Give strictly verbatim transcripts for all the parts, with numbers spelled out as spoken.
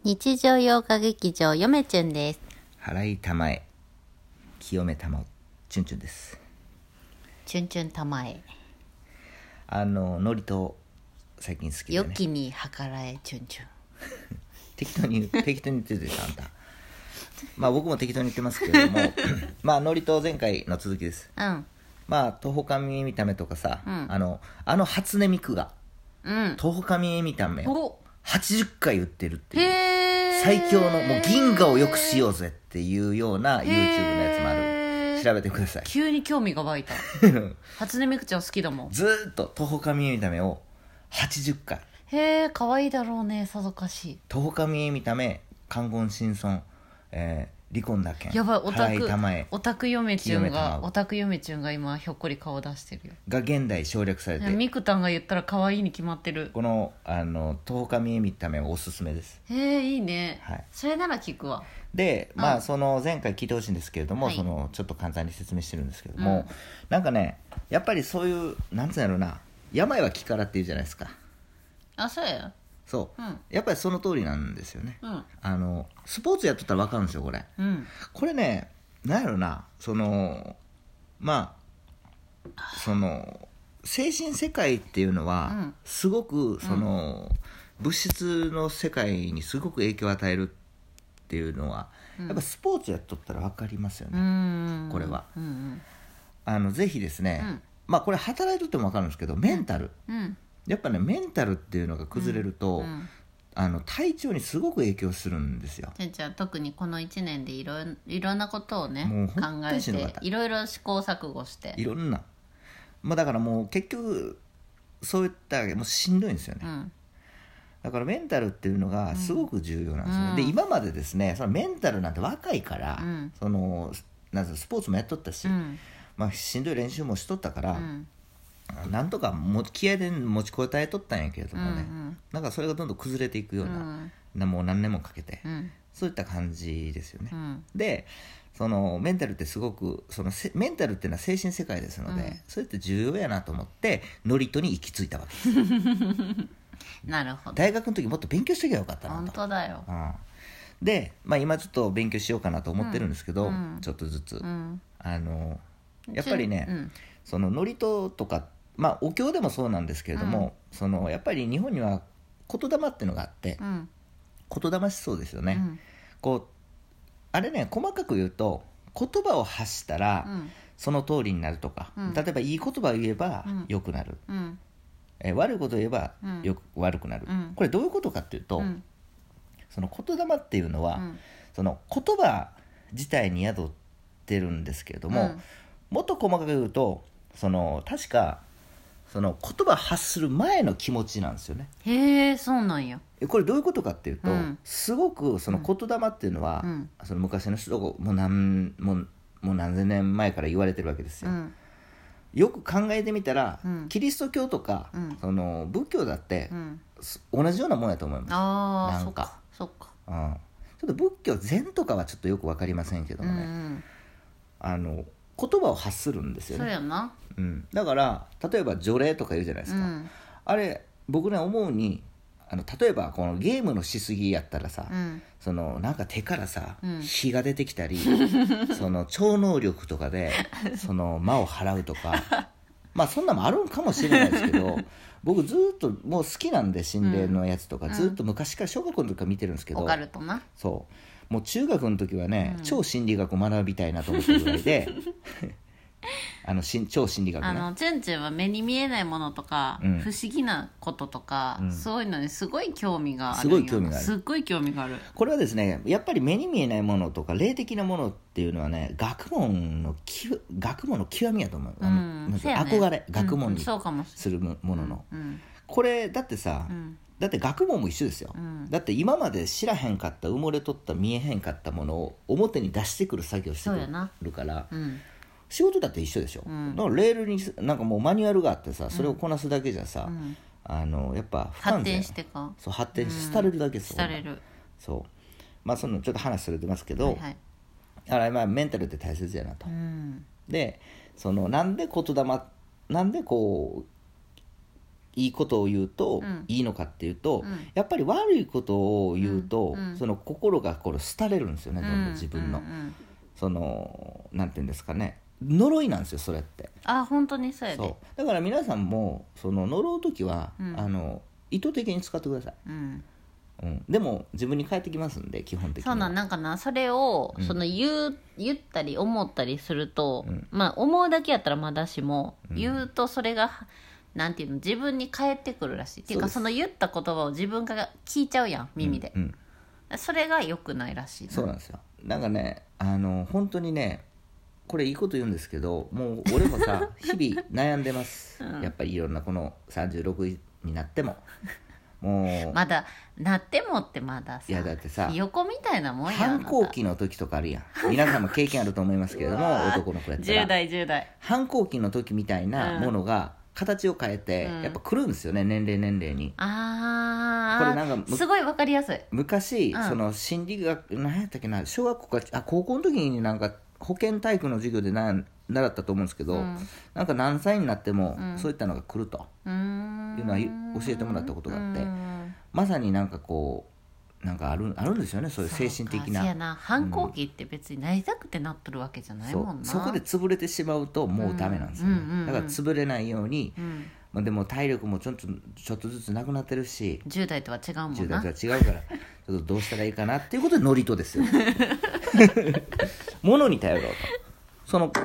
日常洋画劇場よめちゅんです。 払いたまえ清めたまチュンチュンです。 チュンチュンたまえあのノリと最近好きでね、 良きに計らえチュンチュン適当に適当に言ってるでしょあんた。まあ僕も適当に言ってますけれどもまあノリと前回の続きです。 うんまあ徒歩髪見た目とかさ、 うん、 あのあの初音ミクがうん徒歩髪見た目をはちじゅっかい言ってるっていうへー最強のもう銀河を良くしようぜっていうような YouTube のやつもある。調べてください。 急に興味が湧いた初音ミクちゃん好きだもん。 ずーっと徒歩髪見た目をはちじゅっかい。 へえ可愛いだろうねさぞかし。 徒歩髪見た目冠婚新村、えー離婚だけんやばいオタク払いたまえオタク嫁ちゅん清めたまがオタク嫁ちゅんが今ひょっこり顔出してるよ。 が現代省略されて、 ミクタンが言ったら可愛いに決まってる。 このあの徒歩髪見た目はおすすめです。 へえいいね、 はい、 それなら聞くわ。 でまあ、 うん、 その前回聞いてほしいんですけれども、 はい、 そのちょっと簡単に説明してるんですけれども、 うん、 なんかねやっぱりそういうなんつうんやろうな、病は気からっていうじゃないですか。 あそうやそう、 うん、 やっぱりその通りなんですよね、 うん、 あのスポーツやっとったら分かるんですよこれ、 うん、 これねなんやろな、そのまあその精神世界っていうのは、うん、すごくその、うん、物質の世界にすごく影響を与えるっていうのは、うん、やっぱスポーツやっとったら分かりますよね、うん、これは、うん、あのぜひですね、うん、まあこれ働いてても分かるんですけどメンタル、うん、やっぱねメンタルっていうのが崩れると、うんうん、あの体調にすごく影響するんですよ。 じゃあ特にこのいちねんでいろいろんなことをねもう考えていろいろ試行錯誤していろんな、まあ、だからもう結局そういったもうしんどいんですよね、うん、だからメンタルっていうのがすごく重要なんですよ、うん、で今までですねそのメンタルなんて若いから、うん、そのなんスポーツもやっとったし、うんまあ、しんどい練習もしとったから、うんなんとかも気合で持ちこたえとったんやけれどもね、うんうん、なんかそれがどんどん崩れていくような、うん、もう何年もかけて、うん、そういった感じですよね、うん、でそのメンタルってすごくそのメンタルっていうのは精神世界ですので、うん、それって重要やなと思ってノリトに行き着いたわけですなるほど。 大学の時もっと勉強してきゃよかったなと。 本当だよ、 うん、で、まあ、今ちょっと勉強しようかなと思ってるんですけど、うん、ちょっとずつ、うん、あのやっぱりね、うん、そのノリトとかまあお経でもそうなんですけれども、うん、そのやっぱり日本には言霊っていうのがあって、うん、言霊思想ですよね、うん、こうあれね細かく言うと言葉を発したら、うん、その通りになるとか、うん、例えばいい言葉を言えば良くなる、うん、え悪いことを言えばよく、うん、悪くなる、うん、これどういうことかっていうと、うん、その言霊っていうのは、うん、その言葉自体に宿ってるんですけれども、うん、もっと細かく言うとその確かその言葉発する前の気持ちなんですよね。 へえそうなんや。 これどういうことかっていうと、うん、すごくその言霊っていうのは、うん、その昔の人がもう何もうもう何千年前から言われてるわけですよ、うん、よく考えてみたら、うん、キリスト教とか、うん、その仏教だって、うん、同じようなもんやと思います。 あなんかそっかそっか、 うん、ちょっと仏教禅とかはちょっとよく分かりませんけどもね、うんうん、あの言葉を発するんですよね。 そうやな、 うん、だから例えば除霊とか言うじゃないですか、うん、あれ僕ね思うにあの例えばこのゲームのしすぎやったらさ、うん、そのなんか手からさ、うん、火が出てきたりその超能力とかでその魔を払うとかまあそんなのもあるんかもしれないですけど僕ずっともう好きなんで心霊のやつとか、うん、ずっと昔から小学校の時から見てるんですけど、 オカルトな、 そうもう中学の時はね、うん、超心理学を学びたいなと思ってるぐらいであの超心理学ね、 あのチュンチュンは目に見えないものとか、うん、不思議なこととか、うん、そういうのにすごい興味がある。 すごい興味がある。 すごい興味がある。 これはですねやっぱり目に見えないものとか霊的なものっていうのはね学問のき学問の極みやと思う、うん、なんか憧れ、学問にするものの、うんうん、これだってさ、うんだって学問も一緒ですよ、うん、だって今まで知らへんかった埋もれとった見えへんかったものを表に出してくる作業してくるから、うん、仕事だって一緒でしょ、うん、だからレールになんかもうマニュアルがあってさそれをこなすだけじゃさ、うん、あのやっぱ不完全発展してかそう発展して廃れるだけですよ、 廃れるそうまあそのちょっと話それてますけど、はいはい、だからまあメンタルって大切やなと、うん、でそのなんで言霊なんでこういいことを言うと、うん、いいのかっていうと、うん、やっぱり悪いことを言うと、うんうん、その心がこれ廃れるんですよね、どんどん自分の、うんうんうん、そのなんていうんですかね、呪いなんですよそれって。 あ、本当にそうやで。 そうだから皆さんもその呪う時は、うん、あの意図的に使ってください、うんうん、でも自分に返ってきますんで基本的には。 そうなん、なんかな、それを、うん、その言う言ったり思ったりすると、うん、まあ思うだけやったらまだしも、うん、言うとそれがなんていうの、自分に返ってくるらしいっていうか、その言った言葉を自分が聞いちゃうやん耳で、うんうん、それが良くないらしいな。 そうなんですよ。なんかね、あの本当にね、これいいこと言うんですけど、もう俺もさ日々悩んでます、うん、やっぱりいろんなこのさんじゅうろくになってももうまだなってもってまださ、 いやだってさ、 ひよこみたいなもんや。 反抗期の時とかあるやん、皆さんも経験あると思いますけれども男の子やったらじゅう代じゅう代反抗期の時みたいなものが形を変えて、うん、やっぱ来るんですよね、年齢年齢に。 あこれなんかすごい分かりやすい。 昔、うん、その心理学何やったっけな、小学校かあ高校の時になんか保健体育の授業でな習ったと思うんですけど、うん、なんか何歳になっても、うん、そういったのが来るというのは教えてもらったことがあって、まさになんかこうなんかある、あるんですよね、そういう精神的な。 そうやな、反抗期って別になりたくてなっとるわけじゃないもんな。 そ, そこで潰れてしまうともうダメなんですよね、うんうんうんうん、だから潰れないように、うんまあ、でも体力もちょっと、ちょっとずつなくなってるし、 じゅう代とは違うもんな。 じゅう代とは違うからちょっとどうしたらいいかなっていうことでノリとですよ物に頼ろうと。その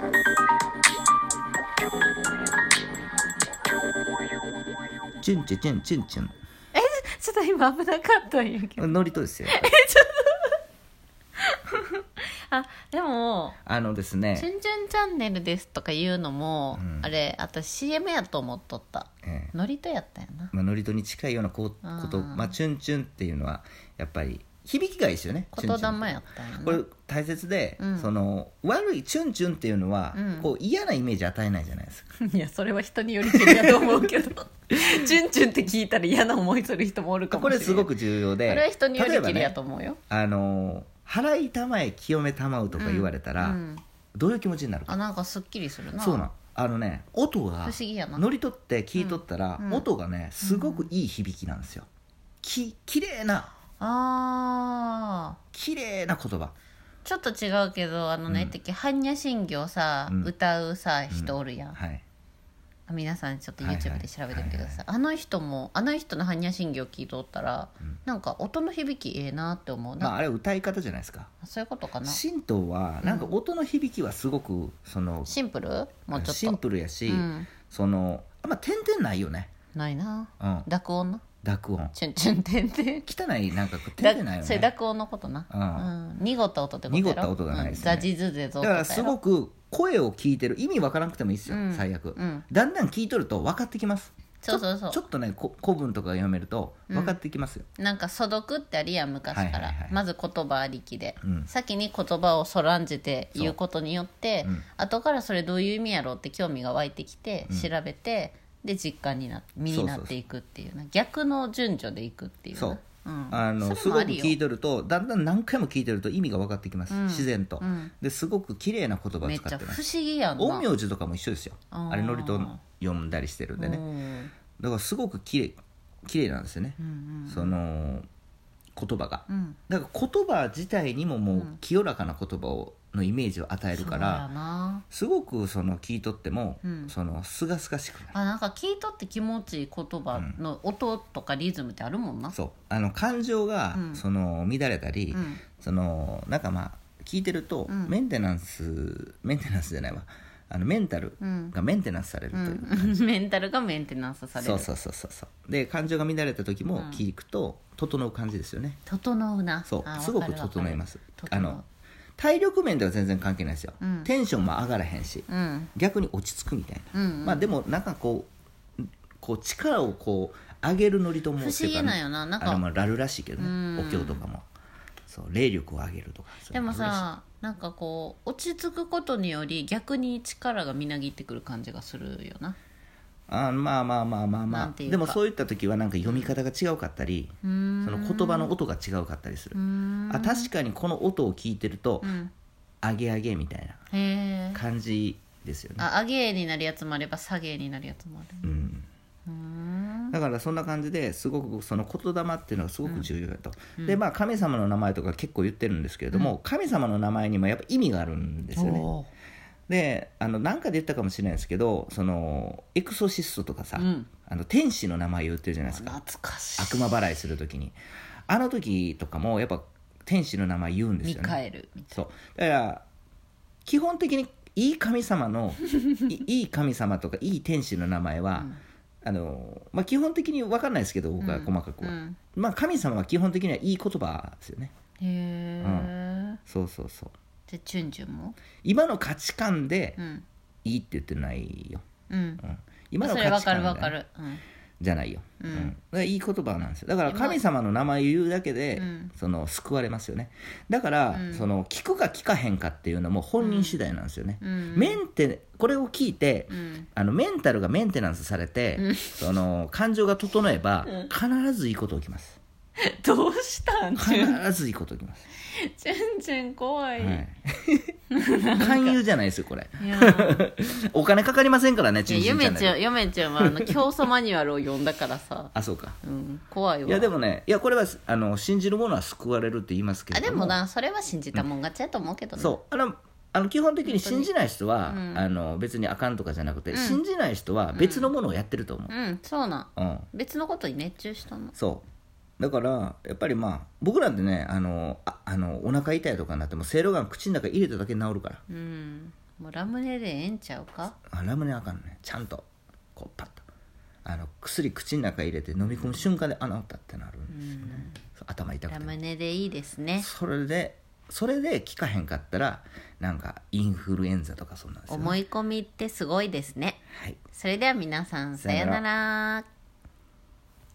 チュンチュチュンチュンチュン、 えちょっと今危なかったんやけど、 ノリとですよ。 えちょっとあでもあのですね、 チュンチュンチャンネルですとか言うのも、うん、あれ私 シーエム やと思っとった、ええ、ノリとやったよな、 まあ、ノリとに近いようなここと、まあ、チュンチュンっていうのはやっぱり響きがいいですよね。 言霊やったんやな。 これ大切で、うん、その悪いチュンチュンっていうのは、うん、こう嫌なイメージ与えないじゃないですか。 いやそれは人によりけりだと思うけどチュンチュンって聞いたら嫌な思いする人もおるかもしれない。 これすごく重要で、 これは人によりけりやと思うよ、ね、 あの払いたまえ清めたまうとか言われたら、うんうん、どういう気持ちになるか。 あなんかすっきりするな。 そうなん、あのね、音が不思議やな。 乗り取って聞いとったら、うん、音がねすごくいい響きなんですよ。ききれいな、 あ綺麗な言葉。 ちょっと違うけど、あのね、うん、般若心経さ、うん、歌うさ人おるやん、うんはい、皆さんちょっと YouTube で調べてみてください、はいはいはいはい、あの人もあの人の般若心経聞いとったら、うん、なんか音の響きええなって思うな、 まあ、あれは歌い方じゃないですか。 そういうことかな。 神道はなんか音の響きはすごくそのシンプル、もうちょっとシンプルやし、うん、そのあんま点々ないよね。 ないな、うん、濁音な、 濁音、 チュンチュン点々 汚いなんか点々ないよね。 それ濁音のことな、うんうん、濁った音ってことやろ。 濁った音がないですね、 ザジズゼゾだからすごく声を聞いてる、意味わからなくてもいいですよ、うん、最悪、うん、だんだん聞いとると分かってきます。 そうそうそう、 ちょっとね古文とか読めると分かってきますよ、 うん、なんか素読ってありやん昔から、はいはいはい、まず言葉ありきで、うん、先に言葉をそらんじて言うことによって、うん、後からそれどういう意味やろうって興味が湧いてきて、うん、調べてで実感になって身になっていくっていうな、逆の順序でいくっていうな。そう、 うん、あのすごく聞いとるとだんだん何回も聞いてると意味が分かってきます、うん、自然と、うん、ですごく綺麗な言葉を使ってます。めっちゃ不思議やんな。陰陽師とかも一緒ですよ。あれノリと読んだりしてるんでね、だからすごく綺麗綺麗なんですよね、うんうんうん、その言葉が、うん、だから言葉自体にももう清らかな言葉をのイメージを与えるから、すごくその聞いとっても、うん、そのすがすがしくなる。 あ、なんか聞いとって気持ちいい言葉の音とかリズムってあるもんな、 うん、そうあの感情が、うん、その乱れたり、うん、そのなんかまあ聞いてると、うん、メンテナンスメンテナンスじゃないわあのメンタルがメンテナンスされるという、 うん、メンタルがメンテナンスされる。 そうそうそうそうで感情が乱れた時も聞くと、うん、整う感じですよね。 整うな。 そうすごく整います。あの体力面では全然関係ないですよ、うん、テンションも上がらへんし、うん、逆に落ち着くみたいな、うんうん、まあでもなんかこうこう力をこう上げるノリと思うっていうか、ね、 不思議なよな。なんかあのまあラルらしいけどね、お経とかもそう霊力を上げるとか。 でもさなんかこう落ち着くことにより逆に力がみなぎってくる感じがするよな。 あまあまあまあまあまあでもそういった時はなんか読み方が違うかったり、その言葉の音が違うかったりする。あ確かにこの音を聞いてると、うん、上げ上げみたいな感じですよね。 あ上げになるやつもあれば下げになるやつもある、うん、うーんだからそんな感じですごくその言霊っていうのがすごく重要だと、うん、でまあ神様の名前とか結構言ってるんですけれども、うん、神様の名前にもやっぱ意味があるんですよね。であの何かで言ったかもしれないですけど、そのエクソシストとかさ、うん、あの天使の名前言ってるじゃないですか。 懐かしい。 悪魔払いするときにあの時とかもやっぱ天使の名前言うんですよね。 ミカエルみたいな。 そうだから基本的にいい神様のいい神様とかいい天使の名前は、うんあのまあ、基本的に分かんないですけど僕は細かくは、うんうんまあ、神様は基本的にはいい言葉ですよね。 へえ、うん、 そうそうそう。 でチュンチュンも今の価値観でいいって言ってないよ、うんうん、今の価値観で、 それ分かる分かる、うんじゃないよ、うんうん、だからいい言葉なんですよ。だから神様の名前を言うだけで、うん、その救われますよね。だから、うん、その聞くか聞かへんかっていうのも本人次第なんですよね、うん、メンテこれを聞いて、うん、あのメンタルがメンテナンスされて、うん、その感情が整えば、うん、必ずいいこと起きます。 どうしたん必ずいいこと起きます。 チュンチュン怖い、はい、 勧誘じゃないですよこれ。いやお金かかりませんからね。チュンチュンチャンネル。 ゆめちゃんゆめちゃんはあの教祖マニュアルを読んだからさあそうか、 うん、怖いわ。 いやでもねいやこれはあの信じる者は救われるって言いますけども、 あでもなそれは信じたもん勝ちやと思うけどね、 うん、そうあのあの基本的に信じない人は、うん、あの別にあかんとかじゃなくて、うん、信じない人は別のものをやってると思う、 うん、うん、そうなん、うん、別のことに熱中したの。 そうだからやっぱりまあ僕なんてねあのああのお腹痛いとかになってもせいろがん口の中入れただけで治るから、 うん、もうラムネでええんちゃうか。 あラムネあかんね。ちゃんとこうパッとあの薬口の中入れて飲み込む瞬間であ治ったってなるんですよね、うん、頭痛くてラムネでいいですね。 それでそれで効かへんかったらなんかインフルエンザとかそんなんですよね。 思い込みってすごいですね、 はい、 それでは皆さんさよなら。